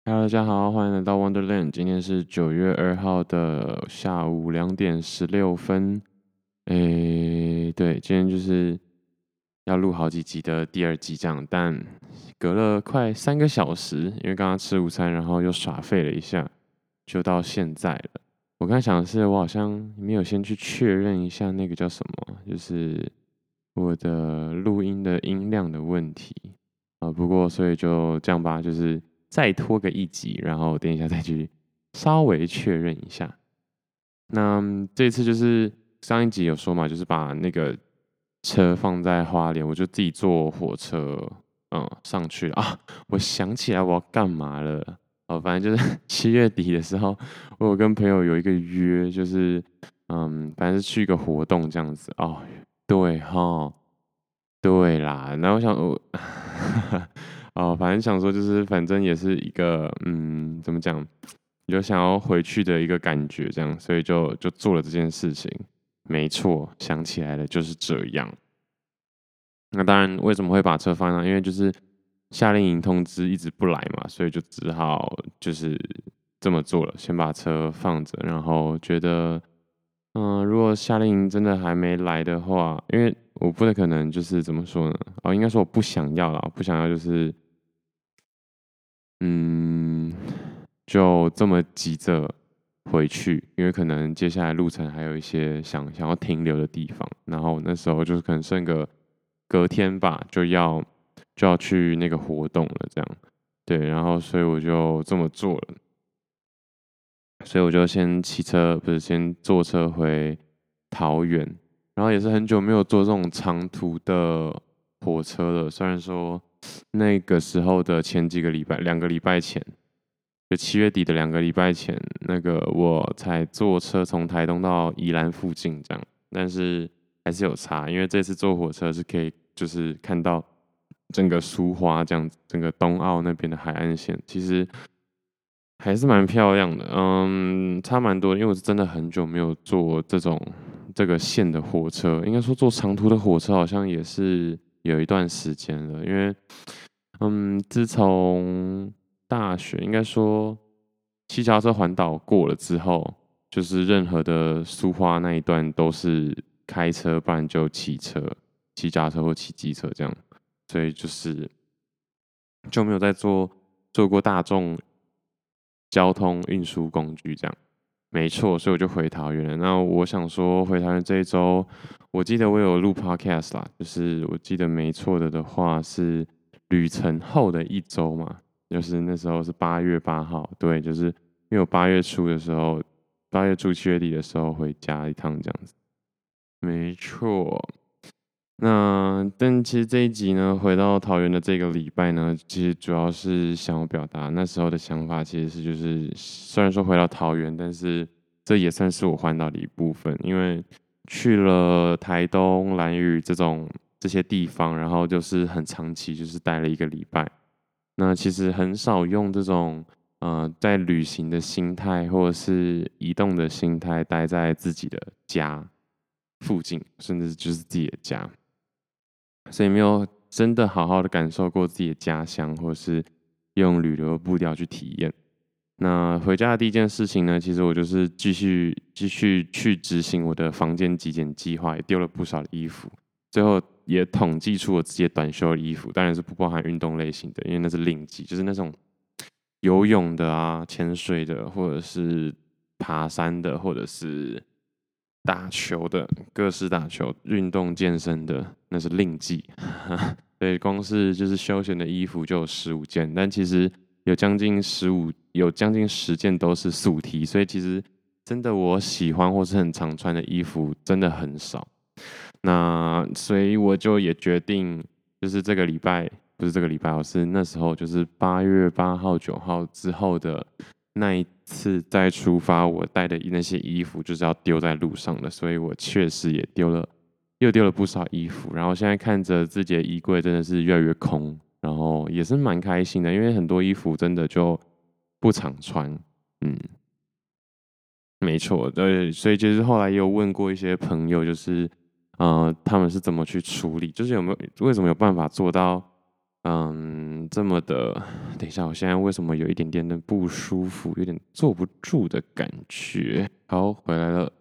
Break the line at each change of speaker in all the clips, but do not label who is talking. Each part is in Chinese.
Hello，大家好，欢迎来到 Wonderland。今天是9月2号的下午2点16分。对，今天就是要录好几集的第二集这样，但隔了快3个小时，因为刚刚吃午餐，然后又耍废了一下，就到现在了。我刚才想的是，我好像没有先去确认一下那个叫什么，就是我的录音的音量的问题。不过所以就这样吧，就是再拖个一集，然后等一下再去稍微确认一下。那这一次就是上一集有说嘛，就是把那个车放在花莲，我就自己坐火车，上去了啊。我想起来我要干嘛了，反正就是7月底的时候，我有跟朋友有一个约，就是反正是去一个活动这样子哦。对哈，对啦，然后我想我反正想说就是，反正也是一个，怎么讲，有想要回去的一个感觉，这样，所以就做了这件事情。没错，想起来了，就是这样。那当然，为什么会把车放那？因为就是夏令营通知一直不来嘛，所以就只好就是这么做了，先把车放着，然后觉得，如果夏令营真的还没来的话，因为我不太可能就是怎么说呢？应该说我不想要啦，我不想要就是嗯，就这么急着回去，因为可能接下来路程还有一些想要停留的地方，然后那时候就是可能剩个隔天吧，就要去那个活动了，这样。对，然后所以我就这么做了，所以我就先骑车，不是先坐车回桃园，然后也是很久没有坐这种长途的火车了，虽然说那个时候的前几个礼拜，2个礼拜前。就7月底的2个礼拜前，那个我才坐车从台东到宜兰附近这样，但是还是有差，因为这次坐火车是可以就是看到整个苏花这样子，整个东澳那边的海岸线，其实还是蛮漂亮的，差蛮多的，因为我是真的很久没有坐这个线的火车，应该说坐长途的火车好像也是有一段时间了，因为自从大学应该说骑脚踏车环岛过了之后，就是任何的苏花那一段都是开车，不然就骑车、骑脚踏车或骑机车这样，所以就没有再坐过大众交通运输工具这样。没错，所以我就回桃园了。那我想说，回桃园这一周，我记得我有录 podcast 啦，就是我记得没错的话是旅程后的一周嘛，就是那时候是8月8号，对，就是因为我8月初的时候，8月初7月底的时候回家一趟这样子。没错，但其实这一集呢，回到桃园的这个礼拜呢，其实主要是想要表达那时候的想法，其实是就是虽然说回到桃园，但是这也算是我环岛的一部分，因为去了台东、兰屿这些地方，然后就是很长期，就是待了1个礼拜。那其实很少用这种在旅行的心态，或者是移动的心态，待在自己的家附近，甚至就是自己的家。所以没有真的好好的感受过自己的家乡，或是用旅游的步调去体验。那回家的第一件事情呢，其实我就是继续去执行我的房间极简计划，也丢了不少的衣服，最后也统计出我自己的短袖的衣服，当然是不包含运动类型的，因为那是另计，就是那种游泳的啊、潜水的，或者是爬山的，或者是打球的，各式打球、运动健身的，那是另计。对，光是就是休闲的衣服就有15件，但其实有将近10件都是素 T，所以其实真的我喜欢或是很常穿的衣服真的很少。那所以我就也决定，就是这个礼拜不是这个礼拜哦，是那时候就是8月8号、9号之后的那一次再出发，我带的那些衣服就是要丢在路上的，所以我确实也又丢了不少衣服。然后现在看着自己的衣柜真的是越来越空，然后也是蛮开心的，因为很多衣服真的就不常穿，嗯。没错，对，所以就是后来也有问过一些朋友，就是他们是怎么去处理，就是为什么有办法做到这么的，等一下，我现在为什么有一点点的不舒服，有点坐不住的感觉？好，回来了。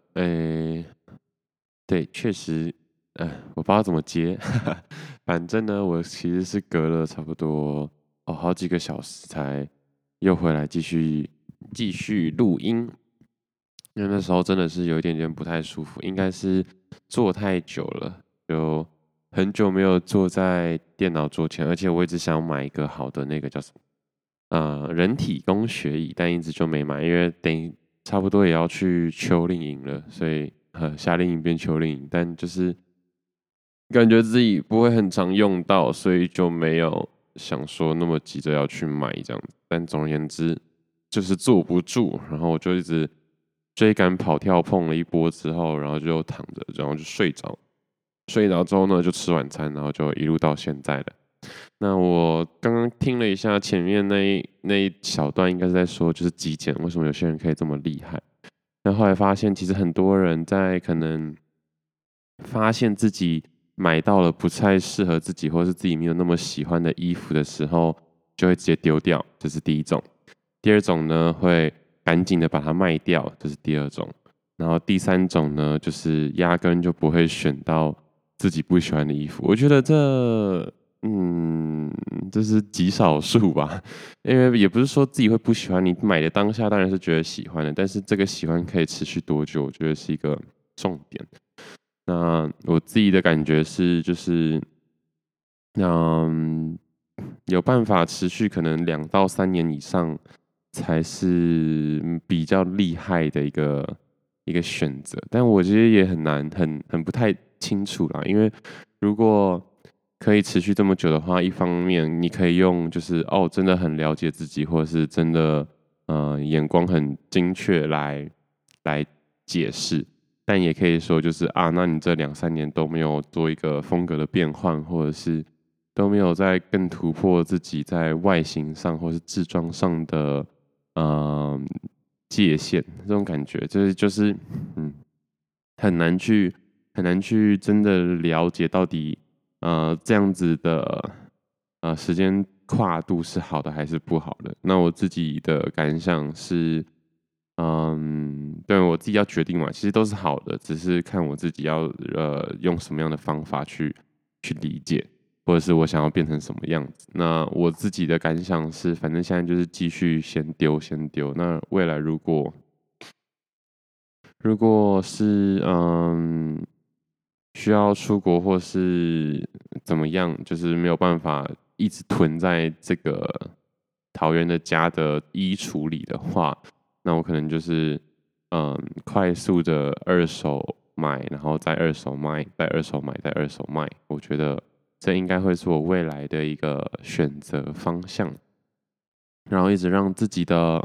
对，确实，我不知道怎么接，反正呢，我其实是隔了差不多好几个小时才又回来继续录音，因为那时候真的是有一点点不太舒服，应该是坐太久了，就很久没有坐在电脑桌前，而且我一直想买一个好的那个叫什么人体工学椅，但一直就没买，因为差不多也要去秋令营了，所以夏令营变秋令营，但就是感觉自己不会很常用到，所以就没有想说那么急着要去买这样子。但总而言之，就是坐不住，然后我就一直追赶跑跳碰了一波之后，然后就躺着，然后就睡着。睡着之后呢，就吃晚餐，然后就一路到现在了。那我刚刚听了一下前面那一小段，应该是在说就是极简，为什么有些人可以这么厉害？那后来发现，其实很多人在可能发现自己买到了不太适合自己，或是自己没有那么喜欢的衣服的时候，就会直接丢掉，这是第一种。第二种呢，会赶紧的把它卖掉，这是第二种。然后第三种呢，就是压根就不会选到自己不喜欢的衣服。我觉得这是极少数吧，因为也不是说自己会不喜欢，你买的当下当然是觉得喜欢的，但是这个喜欢可以持续多久，我觉得是一个重点。那我自己的感觉是，就是嗯，有办法持续可能2到3年以上，才是比较厉害的一个选择。但我觉得也很难，很不太清楚啦。因为如果可以持续这么久的话，一方面你可以用就是真的很了解自己，或者是真的眼光很精确来解释。但也可以说就是那你这2、3年都没有做一个风格的变换，或者是都没有在更突破自己在外形上或是制装上的呃界限，这种感觉，就是嗯很难去真的了解到底这样子的时间跨度是好的还是不好的。那我自己的感想是。对我自己要决定嘛，其实都是好的，只是看我自己要用什么样的方法去理解，或者是我想要变成什么样子。那我自己的感想是，反正现在就是继续先丢先丢。那未来如果是需要出国或是怎么样，就是没有办法一直囤在这个桃园的家的衣橱里的话，那我可能就是快速的二手买，然后再二手卖，再二手买，再二手卖。我觉得这应该会是我未来的一个选择方向，然后一直让自己的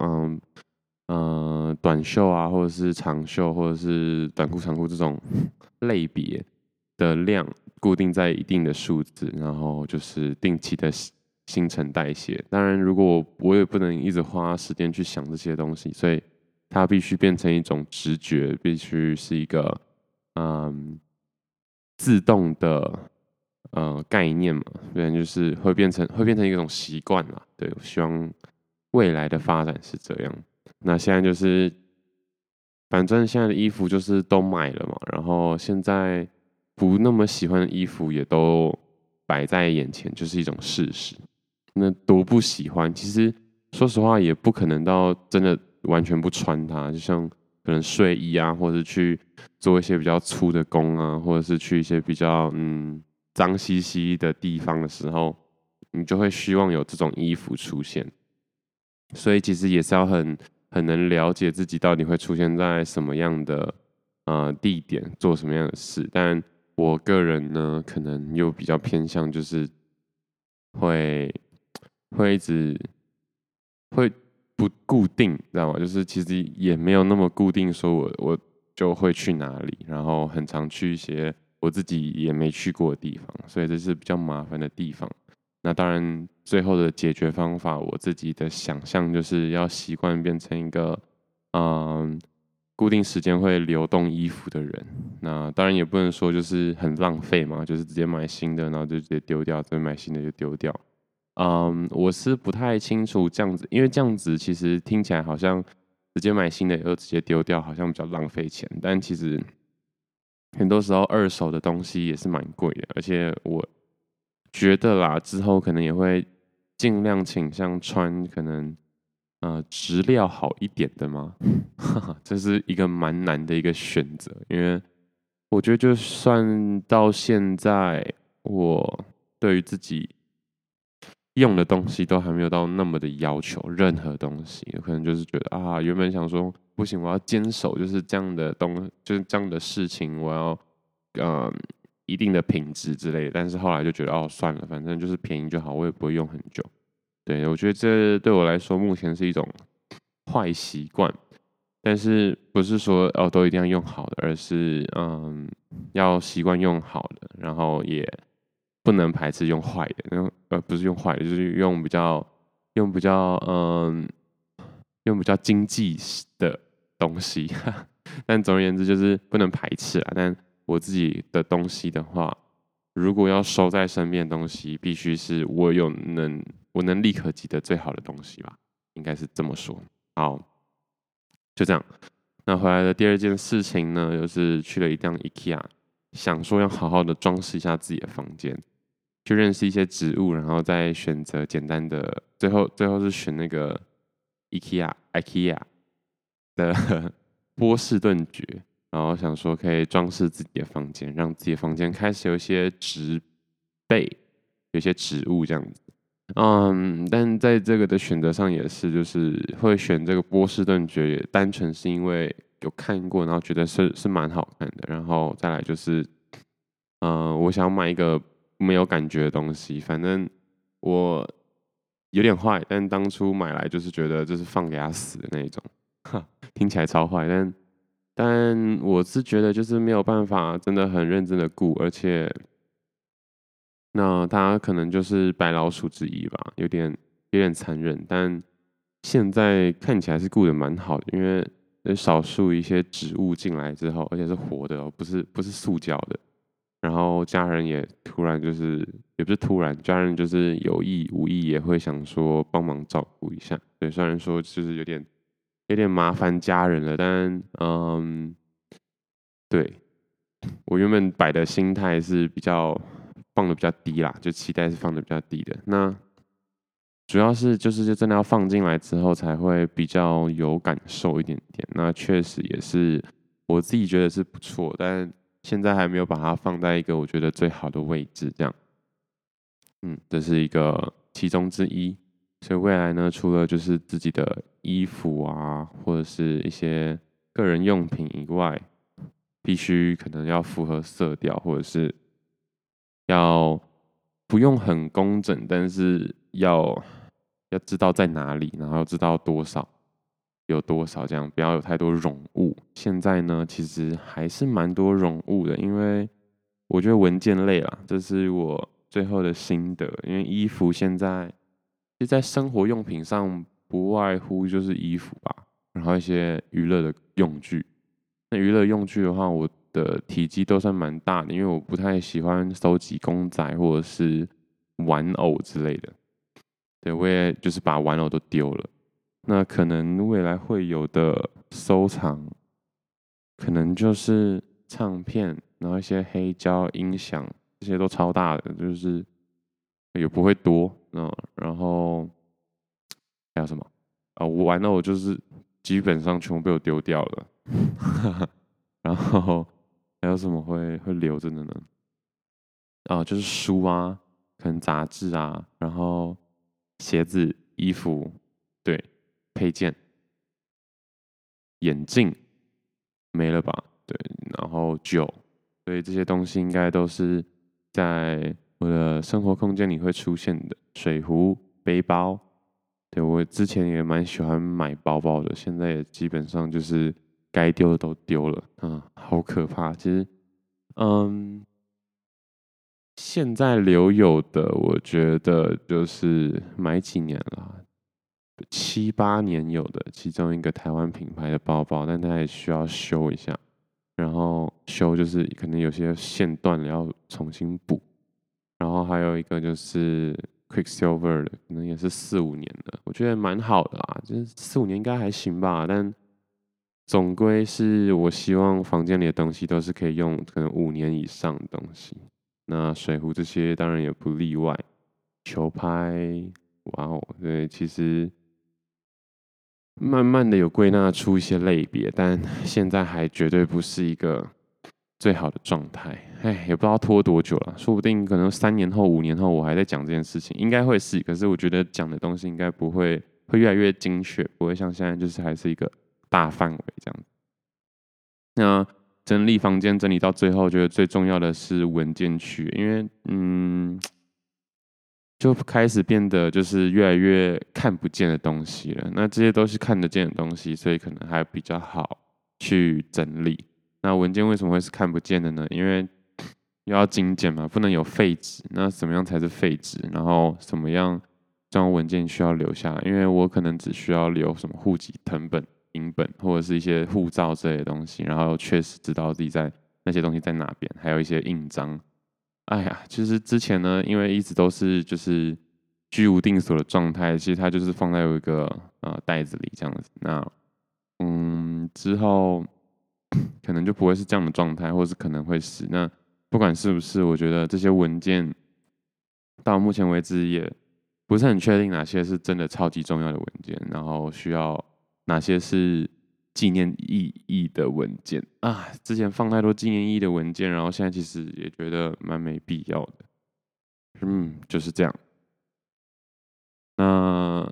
短袖啊，或者是长袖，或者是短裤、长裤这种类别的量固定在一定的数字，然后就是定期的新陈代谢。当然，如果我也不能一直花时间去想这些东西，所以它必须变成一种直觉，必须是一个自动的概念嘛，不然就是会变成一种习惯啦。对，我希望未来的发展是这样。那现在就是，反正现在的衣服就是都买了嘛，然后现在不那么喜欢的衣服也都摆在眼前，就是一种事实。那多不喜欢，其实说实话也不可能到真的完全不穿它，就像可能睡衣啊，或者去做一些比较粗的工啊，或者是去一些比较脏兮兮的地方的时候，你就会希望有这种衣服出现。所以其实也是要很能了解自己到底会出现在什么样的地点，做什么样的事。但我个人呢，可能又比较偏向就是会会一直会不固定，知道吗？就是其实也没有那么固定，说我就会去哪里，然后很常去一些我自己也没去过的地方，所以这是比较麻烦的地方。那当然，最后的解决方法，我自己的想象就是要习惯变成一个，嗯，固定时间会流动衣服的人。那当然也不能说就是很浪费嘛，就是直接买新的，然后就直接丢掉，再买新的就丢掉。 我是不太清楚这样子，因为这样子其实听起来好像直接买新的又直接丢掉，好像比较浪费钱。但其实很多时候二手的东西也是蛮贵的，而且我觉得啦，之后可能也会尽量倾向穿可能质料好一点的吗？这是一个蛮难的一个选择，因为我觉得就算到现在，我对于自己用的东西都还没有到那么的要求，任何东西，可能就是觉得啊，原本想说不行，我要坚守就是这样的就是这样的事情，我要嗯一定的品质之类的，但是后来就觉得哦，算了，反正就是便宜就好，我也不会用很久。对，我觉得这对我来说目前是一种坏习惯，但是不是说哦都一定要用好的，而是要习惯用好的，然后也不能排斥用坏的，不是用坏的，就是用比较用比较经济的东西，但总而言之就是不能排斥啊。但我自己的东西的话，如果要收在身边的东西，必须是我能立刻记得最好的东西吧，应该是这么说。好，就这样。那回来的第二件事情呢，就是去了一趟 IKEA，想说要好好的装饰一下自己的房间，去认识一些植物，然后再选择简单的，最后是选那个 IKEA 的波士顿蕨，然后想说可以装饰自己的房间，让自己的房间开始有一些植被，有一些植物这样子。但在这个的选择上也是，就是会选这个波士顿蕨，也单纯是因为有看过，然后觉得是蛮好看的。然后再来就是，我想买一个没有感觉的东西，反正我有点坏，但当初买来就是觉得就是放给他死的那一种，哈，听起来超坏，但我是觉得就是没有办法真的很认真的顾，而且那它可能就是白老鼠之一吧，有点残忍，但现在看起来是顾得蛮好的，因为有少数一些植物进来之后，而且是活的哦，不是塑胶的。然后家人也突然就是也不是突然，家人就是有意无意也会想说帮忙照顾一下。对，虽然说就是有点麻烦家人了，但对，我原本摆的心态是放的比较低啦，就期待是放的比较低的。那主要是就真的要放进来之后才会比较有感受一点点。那确实也是我自己觉得是不错，但现在还没有把它放在一个我觉得最好的位置，这样。这是一个其中之一。所以未来呢，除了就是自己的衣服啊，或者是一些个人用品以外，必须可能要符合色调，或者是要不用很工整，但是要知道在哪里，然后要知道多少有多少，这样不要有太多冗物。现在呢，其实还是蛮多冗物的，因为我觉得文件类啦，这是我最后的心得。因为衣服现在其实在生活用品上不外乎就是衣服吧，然后一些娱乐的用具。那娱乐用具的话，我的体积都算蛮大的，因为我不太喜欢收集公仔或者是玩偶之类的。对，我也就是把玩偶都丢了。那可能未来会有的收藏，可能就是唱片，然后一些黑胶音响，这些都超大的，就是也不会多。然后还有什么？我玩偶就是基本上全部被我丢掉了。然后还有什么会留着的呢？就是书啊，可能杂志啊，然后鞋子、衣服，对，配件、眼镜没了吧？对，然后酒，所以这些东西应该都是在我的生活空间里会出现的。水壶、背包，对，我之前也蛮喜欢买包包的，现在也基本上就是该丢的都丢了，好可怕。其实，嗯，现在留有的，我觉得就是买几年了，七八年有的，其中一个台湾品牌的包包，但它也需要修一下，然后修就是可能有些线断了要重新补，然后还有一个就是 Quicksilver 的，可能也是4、5年了，我觉得蛮好的啦，就是4、5年应该还行吧，但总归是我希望房间里的东西都是可以用可能5年以上的东西。那水壶这些当然也不例外。球拍，哇哦，对，其实慢慢的有归纳出一些类别，但现在还绝对不是一个最好的状态。哎，也不知道拖多久了，说不定可能3年后、5年后我还在讲这件事情，应该会是。可是我觉得讲的东西应该不会，会越来越精确，不会像现在就是还是一个大范围这样。那整理房间整理到最后，觉得最重要的是文件区，因为就开始变得就是越来越看不见的东西了。那这些都是看得见的东西，所以可能还比较好去整理。那文件为什么会是看不见的呢？因为又要精简嘛，不能有废纸。那怎么样才是废纸？然后什么样这样文件需要留下来？因为我可能只需要留什么户籍誊本、影本或者是一些护照之类的东西，然后确实知道自己在那些东西在哪边，还有一些印章。哎呀，其实之前呢，因为一直都是就是居无定所的状态，其实它就是放在有一个袋子里这样子。那之后可能就不会是这样的状态，或是可能会是。那不管是不是，我觉得这些文件到目前为止也不是很确定哪些是真的超级重要的文件，然后需要哪些是纪念意义的文件啊。之前放太多纪念意义的文件，然后现在其实也觉得蛮没必要的。就是这样。那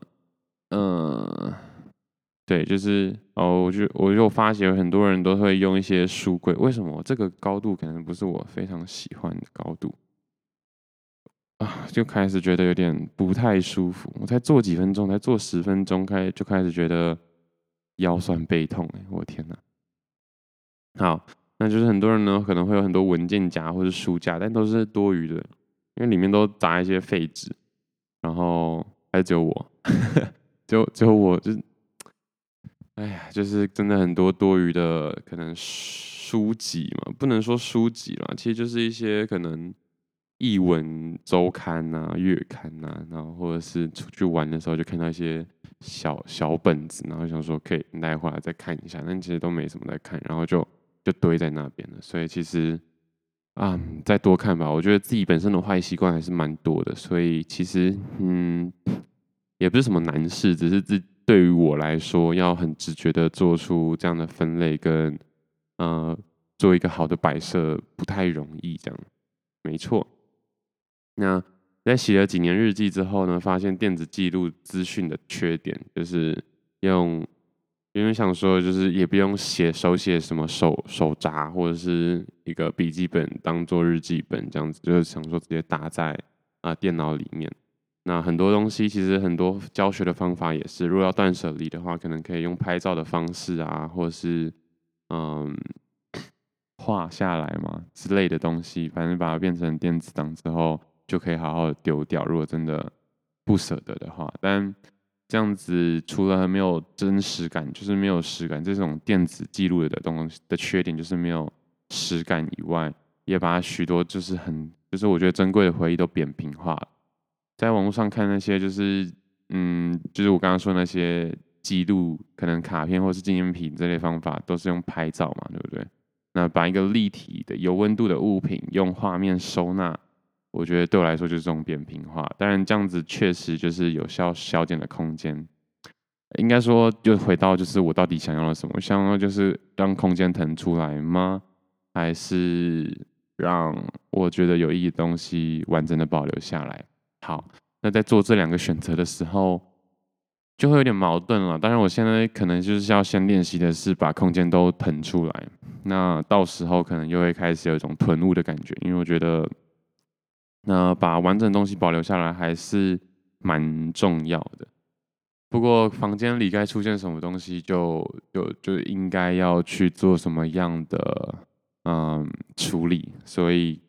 对，就是我就发现很多人都会用一些书柜，为什么这个高度可能不是我非常喜欢的高度啊？就开始觉得有点不太舒服。我才坐几分钟，才坐10分钟，就开始觉得腰酸背痛我天哪！好，那就是很多人呢可能会有很多文件夹或者书架，但都是多余的，因为里面都砸一些废纸，然后还只有我，只有我就是哎呀，就是真的很多多余的可能书籍嘛，不能说书籍啦，其实就是一些可能译文周刊呐、月刊呐，然后或者是出去玩的时候就看到一些小小本子，然后想说可以带回来再看一下，但其实都没什么在看，然后就堆在那边了。所以其实再多看吧，我觉得自己本身的坏习惯还是蛮多的，所以其实也不是什么难事，只是对于我来说，要很直觉的做出这样的分类跟做一个好的摆设不太容易，这样没错。那在写了几年日记之后呢，发现电子记录资讯的缺点就是用原本想说，就是也不用手写什么手札或者是一个笔记本当做日记本这样子，就是想说直接打在电脑里面。那很多东西其实很多教学的方法也是，如果要断舍离的话，可能可以用拍照的方式啊，或者是嗯画下来嘛之类的东西，反正把它变成电子档之后，就可以好好的丢掉。如果真的不舍得的话，但这样子除了没有真实感，就是没有实感，这种电子记录的东西的缺点就是没有实感以外，也把许多就是我觉得珍贵的回忆都扁平化了。在网络上看那些就是我刚刚说那些记录，可能卡片或是纪念品这类方法，都是用拍照嘛，对不对？那把一个立体的、有温度的物品用画面收纳，我觉得对我来说就是这种扁平化。当然，这样子确实就是有效消减了空间。应该说，就回到就是我到底想要的什么？想要就是让空间腾出来吗？还是让我觉得有意义的东西完整的保留下来？好，那在做这两个选择的时候，就会有点矛盾了。当然，我现在可能就是要先练习的是把空间都腾出来。那到时候可能又会开始有一种囤物的感觉，因为我觉得，那把完整的东西保留下来还是蛮重要的。不过房间里该出现什么东西就应该要去做什么样的处理，所以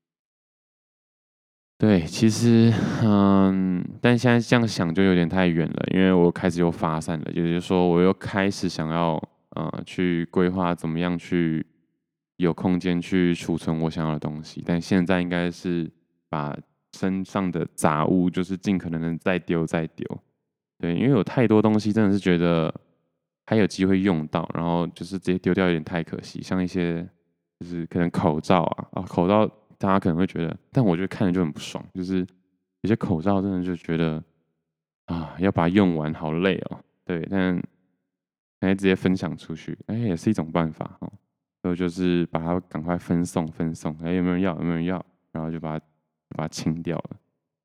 对，其实但现在这样想就有点太远了，因为我开始又发散了，也就是说我又开始想要去规划怎么样去有空间去储存我想要的东西，但现在应该是把身上的杂物就是尽可能的再丢再丢。对，因为有太多东西真的是觉得还有机会用到，然后就是直接丢掉有点太可惜。像一些就是可能口罩口罩大家可能会觉得，但我觉得看着就很不爽，就是有些口罩真的就觉得要把它用完好累哦。对，但可以直接分享出去，也是一种办法哦。所以就是把它赶快分送，有没有人要？有没有人要？然后就把它清掉了。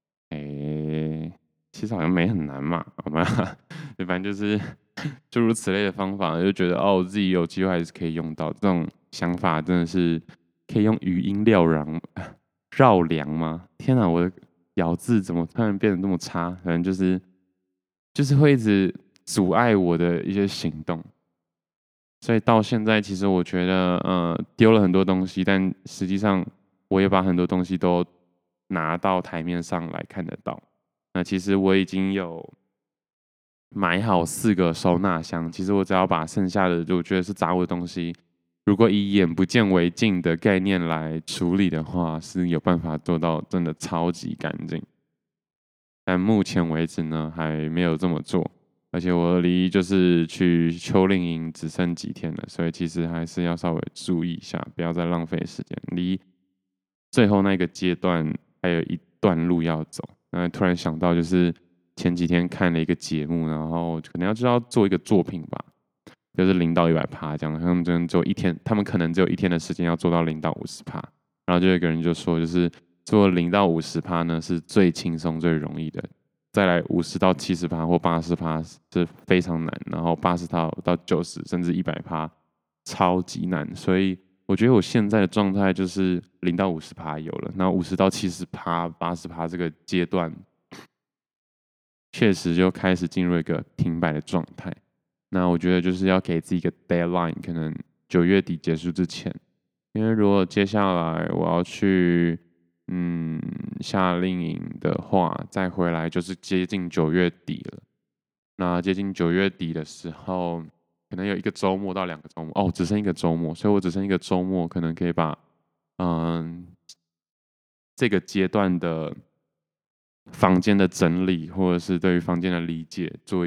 其实好像没很难嘛，好吗？对，反正就是诸如此类的方法，就觉得我自己有机会还是可以用到。这种想法真的是可以用语音绕梁吗？天哪，我的咬字怎么突然变得那么差？可能就是会一直阻碍我的一些行动。所以到现在，其实我觉得，丢了很多东西，但实际上我也把很多东西都拿到台面上来看得到。那其实我已经有买好4个收纳箱，其实我只要把剩下的，我觉得是杂物的东西，如果以眼不见为净的概念来处理的话，是有办法做到真的超级干净。但目前为止呢，还没有这么做。而且我离就是去秋令营只剩几天了，所以其实还是要稍微注意一下，不要再浪费时间。离最后那个阶段还有一段路要走。那突然想到，就是前几天看了一个节目，然后可能要做一个作品吧，就是0到100%这样。他们真的只有一天，他们可能只有一天的时间要做到0到50%。然后就有一个人就说，就是做0到50%呢是最轻松最容易的。再来50到70%或80%是非常难，然后80%到90%甚至100%超级难。所以我觉得我现在的状态就是0到50%有了，那50到70%、80%这个阶段，确实就开始进入一个停摆的状态。那我觉得就是要给自己一个 deadline，可能9月底结束之前，因为如果接下来我要去夏令营的话，再回来就是接近9月底了。那接近9月底的时候，可能有1个周末到2个周末，只剩1个周末，所以我只剩1个周末，可能可以把这个阶段的房间的整理，或者是对于房间的理解，做一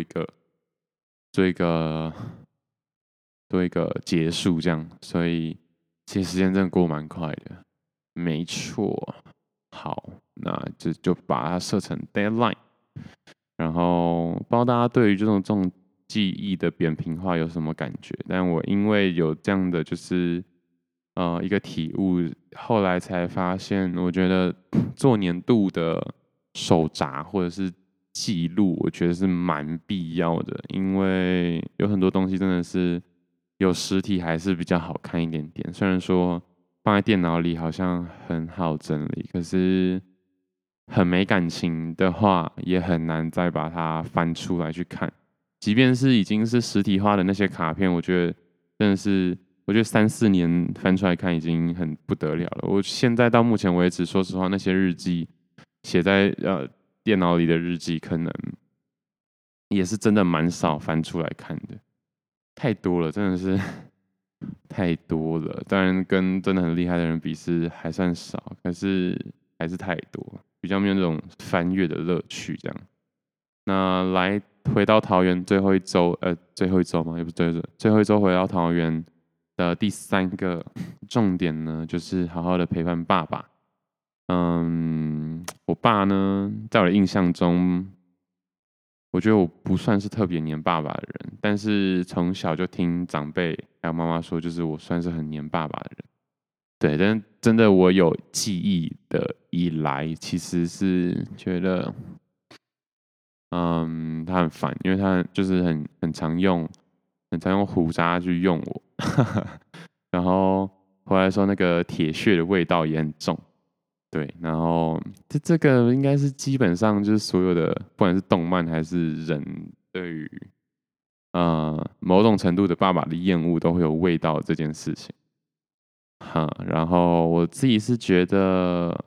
个结束，这样。所以其实时间真的过蛮快的，没错。好，那就把它设成 deadline。然后不知道大家对于这种记忆的扁平化有什么感觉？但我因为有这样的就是一个体悟，后来才发现，我觉得做年度的手札或者是记录，我觉得是蛮必要的，因为有很多东西真的是有实体还是比较好看一点点。虽然说放在电脑里好像很好整理，可是很没感情的话，也很难再把它翻出来去看。即便是已经是实体化的那些卡片，我觉得真的是，我觉得3、4年翻出来看已经很不得了了。我现在到目前为止，说实话，那些日记写在电脑里的日记，可能也是真的蛮少翻出来看的，太多了，真的是太多了。当然，跟真的很厉害的人比是还算少，可是还是太多，比较没有那种翻阅的乐趣。这样，那回到桃园最后一周，最后一周嘛，也不是最后一周回到桃园的第3个重点呢，就是好好的陪伴爸爸。我爸呢，在我的印象中，我觉得我不算是特别黏爸爸的人，但是从小就听长辈还有妈妈说，就是我算是很黏爸爸的人。对，但真的我有记忆的以来，其实是觉得，他很烦，因为他就是很常用胡渣去用我，然后回来的时候那个铁血的味道也很重。对，然后这个应该是基本上就是所有的，不管是动漫还是人对于某种程度的爸爸的厌恶，都会有味道这件事情。然后我自己是觉得，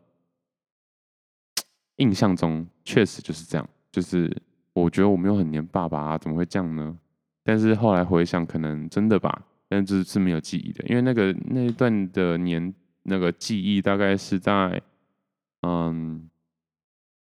印象中确实就是这样，就是我觉得我没有很黏爸爸啊，怎么会这样呢？但是后来回想，可能真的吧，但是没有记忆的，因为那一段的那个记忆大概是在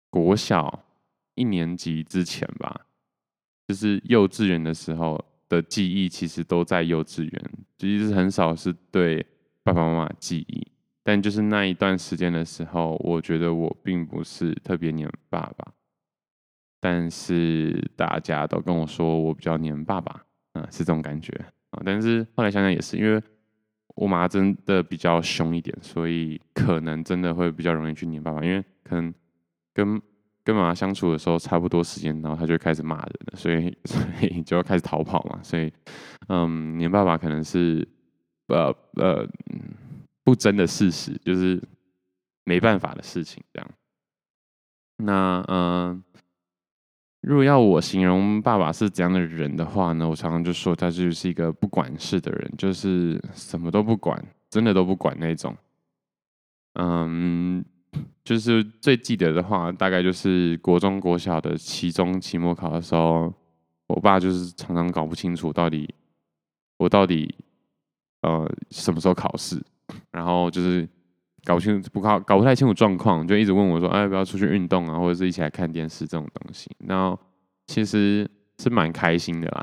国小1年级之前吧，就是幼稚园的时候的记忆，其实都在幼稚园，其实很少是对爸爸妈妈的记忆。但就是那一段时间的时候，我觉得我并不是特别黏爸爸，但是大家都跟我说我比较黏爸爸，是这种感觉啊。但是后来想想也是，因为我妈真的比较凶一点，所以可能真的会比较容易去黏爸爸，因为可能跟跟妈妈相处的时候差不多时间，然后她就会开始骂人了，所以就要开始逃跑嘛。所以黏爸爸可能是呃呃不争的事实，就是没办法的事情这样。那如果要我形容爸爸是怎样的人的话呢，我常常就说他就是一个不管事的人，就是什么都不管，真的都不管那种。嗯，就是最记得的话，大概就是国中、国小的期中、期末考的时候，我爸就是常常搞不清楚我到底什么时候考试，然后就是搞不太清楚状况，就一直问我说，哎，要不要出去运动啊，或者是一起来看电视这种东西。然后其实是蛮开心的啦，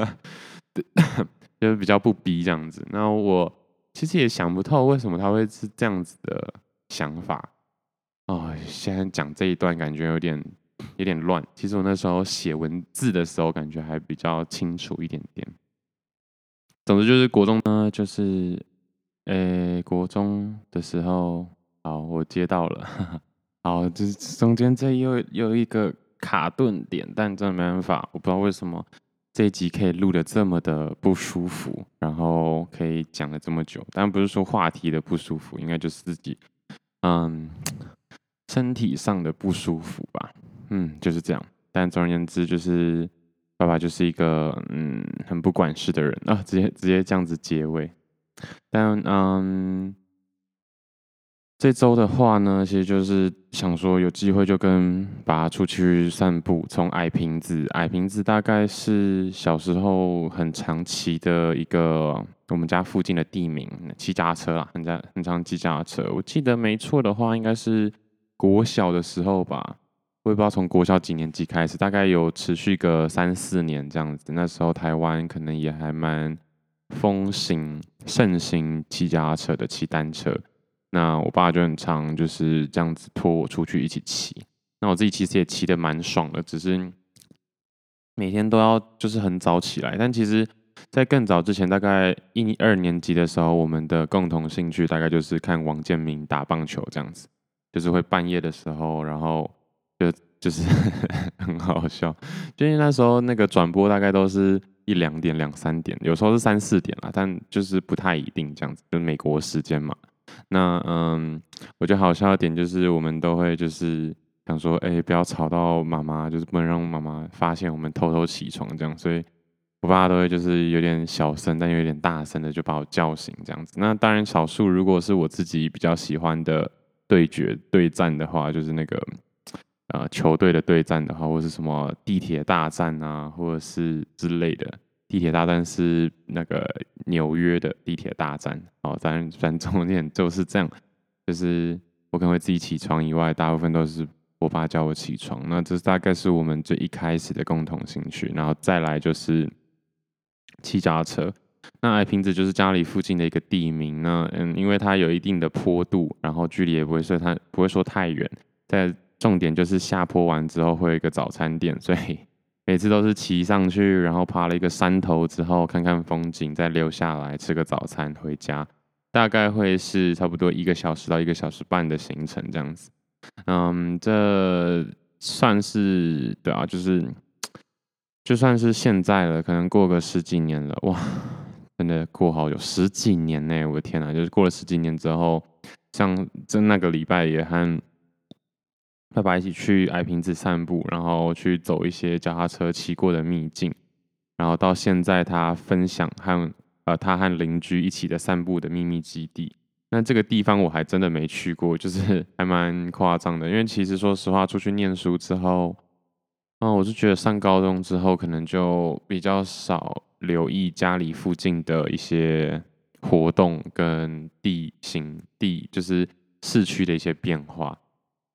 就是比较不逼这样子。那我其实也想不透为什么他会是这样子的想法哦。现在讲这一段感觉有点乱。其实我那时候写文字的时候，感觉还比较清楚一点点。总之就是国中呢，就是国中的时候，好，我接到了，好，就是中间这又一个卡顿点，但真的没办法，我不知道为什么这一集可以录的这么的不舒服，然后可以讲了这么久，但不是说话题的不舒服，应该就是自己嗯身体上的不舒服吧，就是这样。但总而言之，就是爸爸就是一个很不管事的人啊，直接这样子结尾。但这周的话呢，其实就是想说有机会就跟爸爸出去散步，从矮瓶子大概是小时候很常骑的一个我们家附近的地名，骑脚踏车啦，很常骑脚踏车。我记得没错的话，应该是国小的时候吧，我也不知道从国小几年级开始，大概有持续个3、4年这样子。那时候台湾可能也还蛮盛行骑脚踏车的，骑单车。那我爸就很常就是这样子拖我出去一起骑。那我自己其实也骑得蛮爽的，只是每天都要就是很早起来。但其实，在更早之前，大概1、2年级的时候，我们的共同兴趣大概就是看王建民打棒球这样子，就是会半夜的时候，然后就是很好笑，就因为那时候那个转播大概都是1、2点、2、3点，有时候是3、4点啦，但就是不太一定这样子，就是美国时间嘛。那我觉得好笑的点就是我们都会就是想说，哎、不要吵到妈妈，就是不能让妈妈发现我们偷偷起床这样，所以我爸都会就是有点小声，但有点大声的就把我叫醒这样子。那当然，少数如果是我自己比较喜欢的对战的话，就是那个球队的对战的话，或是什么地铁大战啊，或者是之类的。地铁大战是那个纽约的地铁大战，哦，反正重点就是这样，就是我可能会自己起床以外，大部分都是我爸叫我起床。那这大概是我们最一开始的共同兴趣，然后再来就是骑脚踏车。那矮坪子就是家里附近的一个地名，那因为它有一定的坡度，然后距离也不会说太远，在重点就是下坡完之后会有一个早餐店，所以每次都是骑上去，然后爬了一个山头之后看看风景，再溜下来吃个早餐回家，大概会是差不多1个小时到1个小时半的行程这样子。这算是对啊，就算是现在了，可能过个十几年了，哇，真的过好有十几年呢！我的天啊，就是过了十几年之后，像那个礼拜也和爸爸一起去矮坪子散步，然后去走一些脚踏车骑过的秘境，然后到现在他分享他和邻居一起的散步的秘密基地。那这个地方我还真的没去过，就是还蛮夸张的。因为其实说实话，出去念书之后，我是觉得上高中之后，可能就比较少留意家里附近的一些活动跟就是市区的一些变化。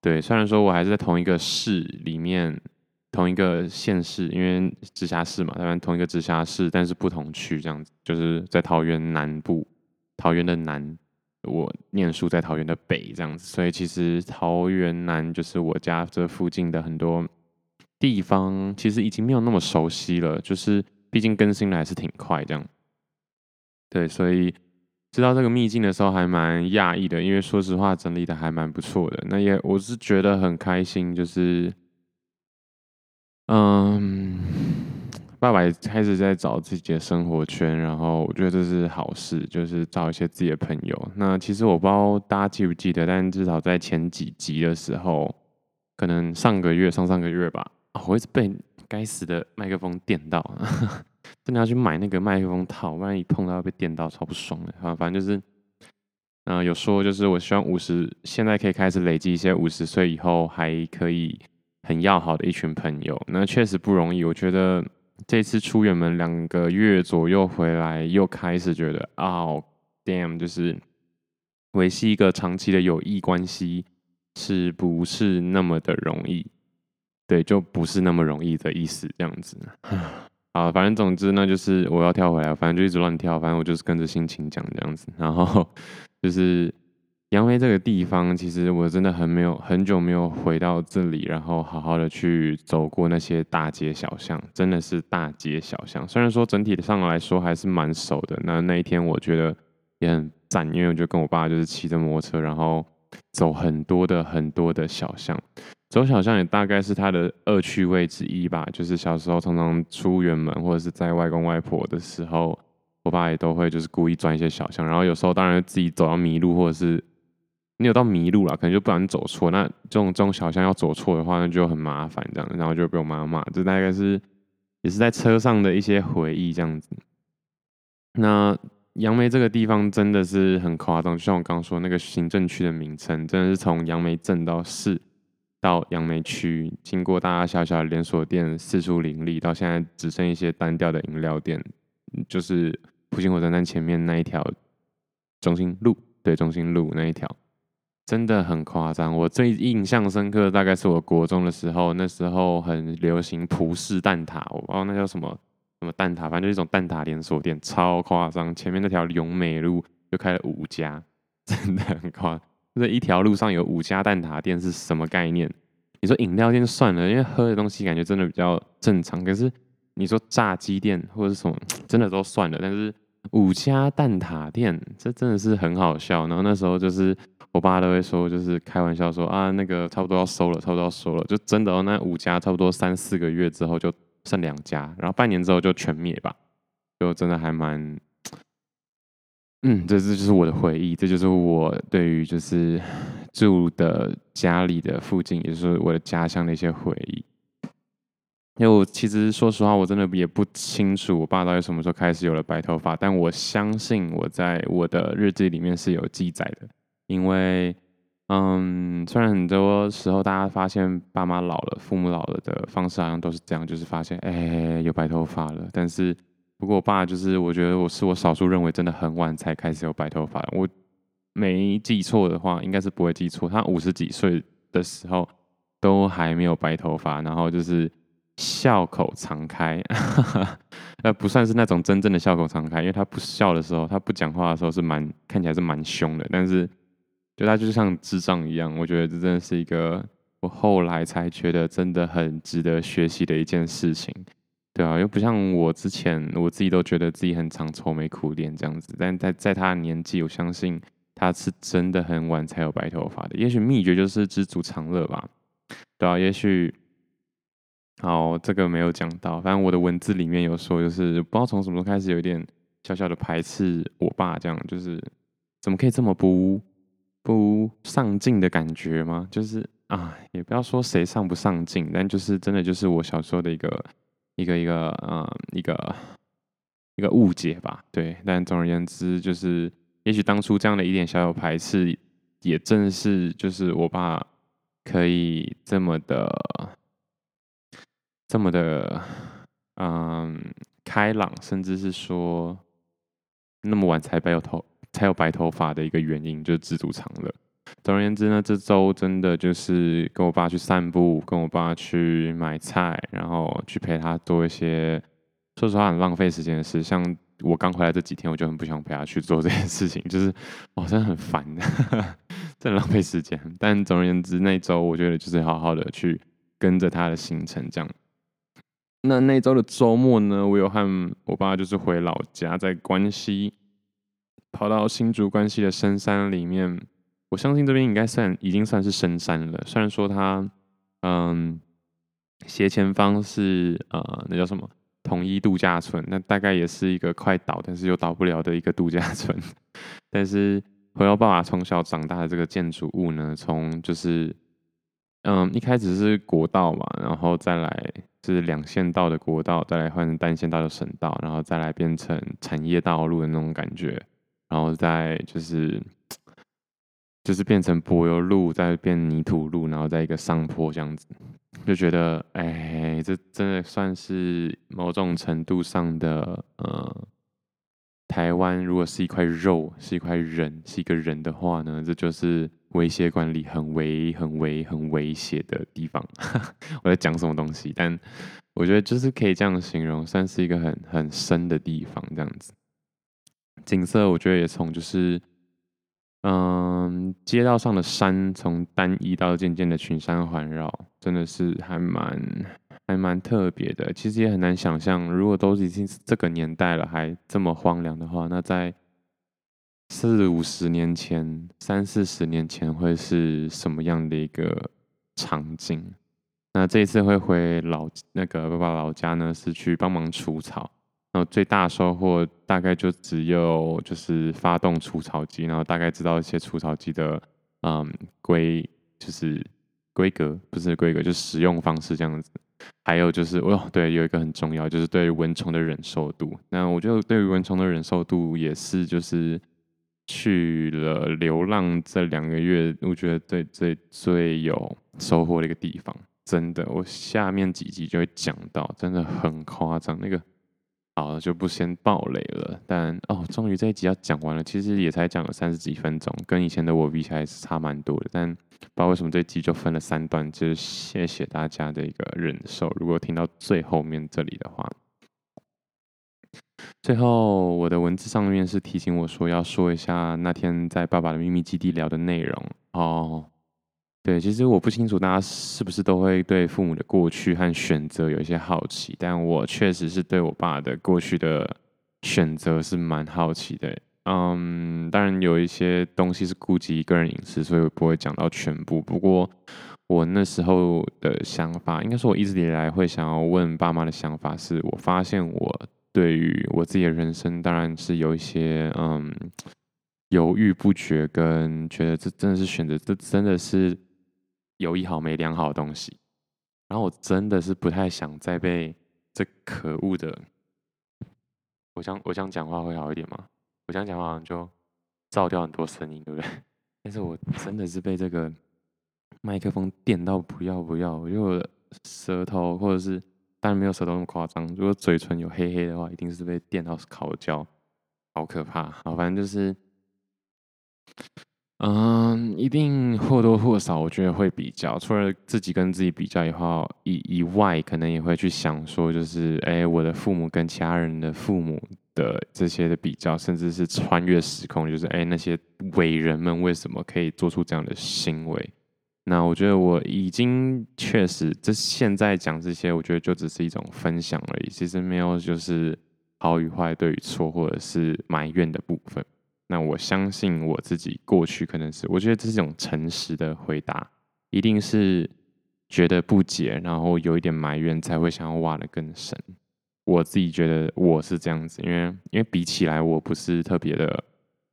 对，虽然说我还是在同一个市里面，同一个县市，因为直辖市嘛，台湾同一个直辖市，但是不同区这样子，就是在桃园南部，桃园的南，我念书在桃园的北这样子，所以其实桃园南就是我家这附近的很多地方，其实已经没有那么熟悉了，就是毕竟更新的还是挺快这样。对，所以知道这个秘境的时候还蛮讶异的，因为说实话整理的还蛮不错的。那也我是觉得很开心，就是嗯，爸爸也开始在找自己的生活圈，然后我觉得这是好事，就是找一些自己的朋友。那其实我不知道大家记不记得，但至少在前几集的时候，可能上个月、上上个月吧，我一直被该死的麦克风电到，真的要去买那个麦克风套，不然一碰到要被电到，超不爽的。反正就是，有说就是我希望现在可以开始累积一些50岁以后还可以很要好的一群朋友。那确实不容易，我觉得这次出远门2个月左右回来，又开始觉得哦，damn，就是维系一个长期的友谊关系是不是那么的容易？对，就不是那么容易的意思，这样子。好，反正总之呢，就是我要跳回来，反正就一直乱跳，反正我就是跟着心情讲这样子。然后就是杨梅这个地方，其实我真的很久没有回到这里，然后好好的去走过那些大街小巷，真的是大街小巷。虽然说整体上来说还是蛮熟的，那一天我觉得也很赞，因为我就跟我爸就是骑着摩托车，然后走很多的小巷。走小巷也大概是他的恶趣味之一吧，就是小时候常常出远门或者是在外公外婆的时候，我爸也都会就是故意钻一些小巷，然后有时候当然自己走到迷路，或者是你有到迷路了，可能就不小心走错，那这种小巷要走错的话，那就很麻烦这样，然后就被我妈骂，这大概是也是在车上的一些回忆这样子。那杨梅这个地方真的是很夸张，就像我刚刚说那个行政区的名称，真的是从杨梅镇到市到杨梅区，经过大大小小的连锁店四处林立，到现在只剩一些单调的饮料店，就是普兴火车站前面那一条中心路，对，中心路那一条。真的很夸张，我最印象深刻的大概是我国中的时候，那时候很流行葡式蛋挞，我不知道那叫什么蛋挞，反正就是一种蛋挞连锁店，超夸张。前面那条永美路就开了5家，真的很夸张。这一条路上有5家蛋挞店是什么概念？你说饮料店就算了，因为喝的东西感觉真的比较正常。可是你说炸鸡店或者是什么，真的都算了。但是5家蛋挞店，这真的是很好笑。然后那时候就是我爸都会说，就是开玩笑说啊，那个差不多要收了，差不多要收了。就真的哦，那5家差不多3、4个月之后就剩2家，然后半年之后就全灭吧。就真的还蛮这就是我的回忆，这就是我对于就是住的家里的附近，也就是我的家乡的一些回忆。因为我其实说实话，我真的也不清楚我爸到底什么时候开始有了白头发，但我相信我在我的日记里面是有记载的。因为，虽然很多时候大家发现爸妈老了、父母老了的方式好像都是这样，就是发现有白头发了，但是不过我爸就是我觉得我少数认为真的很晚才开始有白头发，我没记错的话，应该是不会记错，他50几岁的时候都还没有白头发，然后就是笑口常开，不算是那种真正的笑口常开，因为他不笑的时候，他不讲话的时候是看起来是蛮凶的，但是就他就是像智障一样，我觉得这真的是一个我后来才觉得真的很值得学习的一件事情。对啊，又不像我之前，我自己都觉得自己很常愁眉苦脸这样子，但在他的年纪，我相信他是真的很晚才有白头发的。也许秘诀就是知足常乐吧。对啊，也许好，这个没有讲到，反正我的文字里面有说，就是不知道从什么时候开始有一点小小的排斥我爸，这样就是怎么可以这么不上进的感觉吗？就是也不要说谁上不上进，但就是真的就是我小时候的一个误解吧。对，但总而言之，就是也许当初这样的一点小小排斥，也正是就是我爸可以这么的开朗，甚至是说那么晚才有白头发的一个原因，就是知足常乐。 总而言之呢，这周真的就是跟我爸去散步，跟我爸去买菜，然后去陪他做一些说实话很浪费时间的事。像我刚回来这几天，我就很不想陪他去做这件事情，就是真的很烦，真的浪费时间。但总而言之，那一周我觉得就是好好的去跟着他的行程这样。那一周的周末呢，我有和我爸就是回老家，在关西跑到新竹关西的深山里面。我相信这边应该已经算是深山了，虽然说它嗯斜前方是那叫什么统一度假村，那大概也是一个快倒但是又倒不了的一个度假村。但是回到爸爸从小长大的这个建筑物呢，从就是一开始是国道嘛，然后再来是2线道的国道，再来换成单线道的省道，然后再来变成产业道路的那种感觉，然后再就是变成柏油路，再变泥土路，然后再一个上坡这样子，就觉得这真的算是某种程度上的台湾如果是一块肉，是一块人，是一个人的话呢，这就是威胁管理很危险的地方。我在讲什么东西？但我觉得就是可以这样形容，算是一个很深的地方，这样子。景色我觉得也从就是街道上的山从单一到渐渐的群山环绕，真的是还蛮特别的。其实也很难想象，如果都已经是这个年代了，还这么荒凉的话，那在40-50年前、30-40年前会是什么样的一个场景？那这一次会回那个爸爸老家呢，是去帮忙除草。然后最大收获大概就只有就是发动除草机，然后大概知道一些除草机的嗯就是规格，不是规格，就是使用方式这样子。还有就是对，有一个很重要，就是对于蚊虫的忍受度。那我觉得对于蚊虫的忍受度也是就是去了流浪这2个月，我觉得最有收获的一个地方。真的，我下面几集就会讲到，真的很夸张。那个好了，就不先爆雷了。但终于这一集要讲完了，其实也才讲了30几分钟，跟以前的我比起来是差蛮多的。但不知道为什么这一集就分了3段，就是谢谢大家的一个忍受。如果听到最后面这里的话，最后我的文字上面是提醒我说要说一下那天在爸爸的秘密基地聊的内容哦。对，其实我不清楚大家是不是都会对父母的过去和选择有一些好奇，但我确实是对我爸的过去的选择是蛮好奇的。当然有一些东西是顾及个人隐私，所以我不会讲到全部。不过我那时候的想法，应该说我一直以来会想要问爸妈的想法是，我发现我对于我自己的人生，当然是有一些犹豫不决，跟觉得这真的是选择，这真的是有一好没两好的东西。然后我真的是不太想再被这可恶的，我这样讲话会好一点吗？我这样讲话好像就噪掉很多声音，对不对？但是我真的是被这个麦克风电到不要不要，我觉得我的舌头或者是当然没有舌头那么夸张，如果嘴唇有黑黑的话，一定是被电到烤焦，好可怕。好，反正就是。一定或多或少，我觉得会比较。除了自己跟自己比较以外，可能也会去想说，就是我的父母跟其他人的父母的这些的比较，甚至是穿越时空，就是那些伟人们为什么可以做出这样的行为？那我觉得我已经确实，这现在讲这些，我觉得就只是一种分享而已，其实没有就是好与坏、对与错，或者是埋怨的部分。那我相信我自己过去可能是，我觉得这是一种诚实的回答，一定是觉得不解，然后有一点埋怨，才会想要挖得更深。我自己觉得我是这样子，因为比起来，我不是特别的，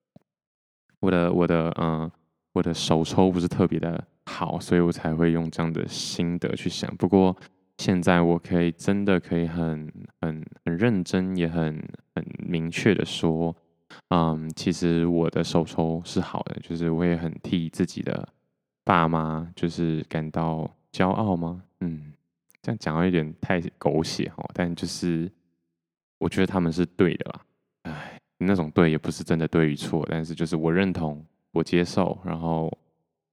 我的手抽不是特别的好，所以我才会用这样的心得去想。不过现在我真的可以很认真，也很明确的说。其实我的手抽是好的，就是我也很替自己的爸妈就是感到骄傲吗？这样讲有一点太狗血哦，但就是我觉得他们是对的啦。那种对也不是真的对与错，但是就是我认同，我接受，然后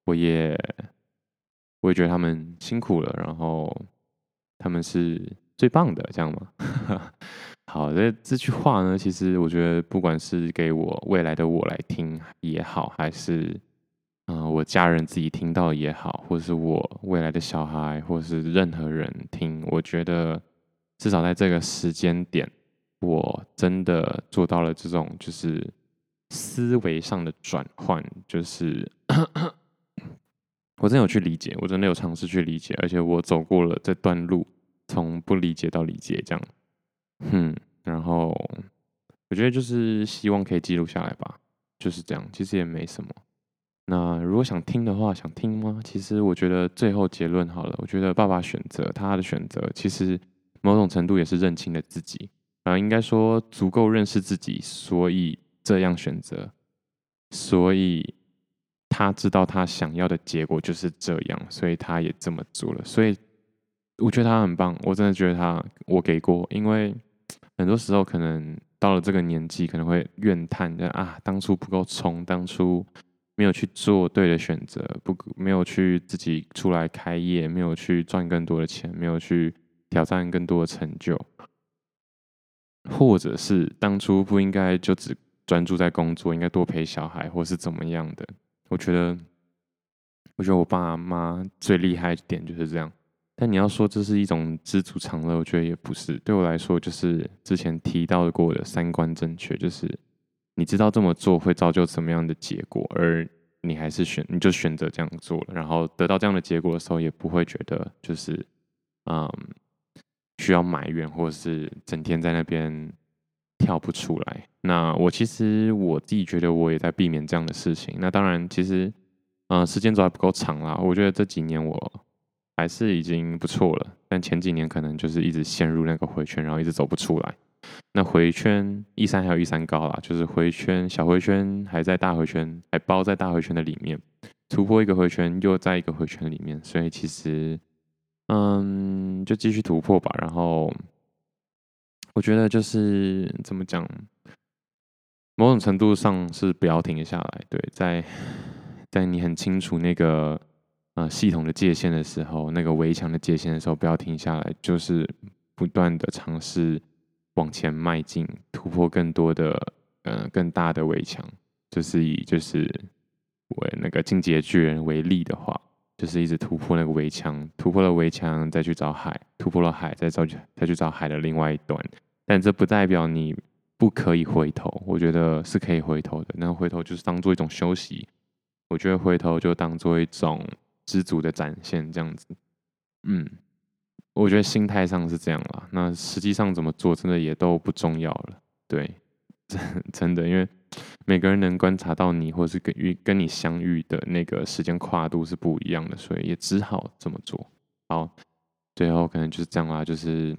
我也我也觉得他们辛苦了，然后他们是最棒的，这样吗？好，这句话呢，其实我觉得不管是给我未来的我来听也好，还是我家人自己听到也好，或者是我未来的小孩，或者是任何人听，我觉得至少在这个时间点，我真的做到了这种就是思维上的转换，就是我真的有去理解，我真的有尝试去理解，而且我走过了这段路，从不理解到理解这样。然后我觉得就是希望可以记录下来吧，就是这样，其实也没什么。那如果想听的话，想听吗？其实我觉得最后结论好了，我觉得爸爸选择他的选择，其实某种程度也是认清了自己，应该说足够认识自己，所以这样选择，所以他知道他想要的结果就是这样，所以他也这么做了。所以我觉得他很棒，我真的觉得我给过，因为很多时候可能到了这个年纪，可能会怨叹当初不够冲，当初没有去做对的选择，没有去自己出来开业，没有去赚更多的钱，没有去挑战更多的成就，或者是当初不应该就只专注在工作，应该多陪小孩，或是怎么样的。我觉得，我爸妈最厉害的点就是这样。但你要说这是一种知足常乐，我觉得也不是。对我来说，就是之前提到过的三观正确，就是你知道这么做会造就什么样的结果，而你还是你就选择这样做了，然后得到这样的结果的时候，也不会觉得就是嗯需要埋怨，或者是整天在那边跳不出来。那其实我自己觉得我也在避免这样的事情。那当然，其实时间轴还不够长啦，我觉得这几年我还是已经不错了，但前几年可能就是一直陷入那个回圈，然后一直走不出来。那回圈一山还有一山高啦，就是回圈小回圈还在大回圈，还包在大回圈的里面，突破一个回圈又在一个回圈里面，所以其实就继续突破吧。然后我觉得就是怎么讲，某种程度上是不要停下来。对，在你很清楚那个系统的界限的时候，那个围墙的界限的时候，不要停下来，就是不断的尝试往前迈进，突破更多的更大的围墙。就是为那个进阶巨人为例的话，就是一直突破那个围墙，突破了围墙再去找海，突破了海再去找海的另外一端。但这不代表你不可以回头，我觉得是可以回头的。那回头就是当做一种休息，我觉得回头就当做一种知足的展现，这样子。嗯，我觉得心态上是这样啦。那实际上怎么做，真的也都不重要了。对，真的，因为每个人能观察到你，或是跟你相遇的那个时间跨度是不一样的，所以也只好这么做。好，最后可能就是这样啦，就是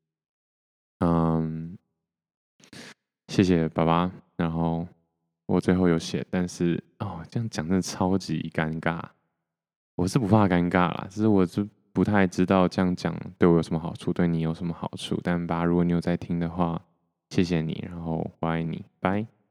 嗯，谢谢爸爸。然后我最后有写，但是这样讲真的超级尴尬。我是不怕尴尬啦，只是我是不太知道这样讲对我有什么好处，对你有什么好处。但爸，如果你有在听的话，谢谢你，然后我爱你，拜。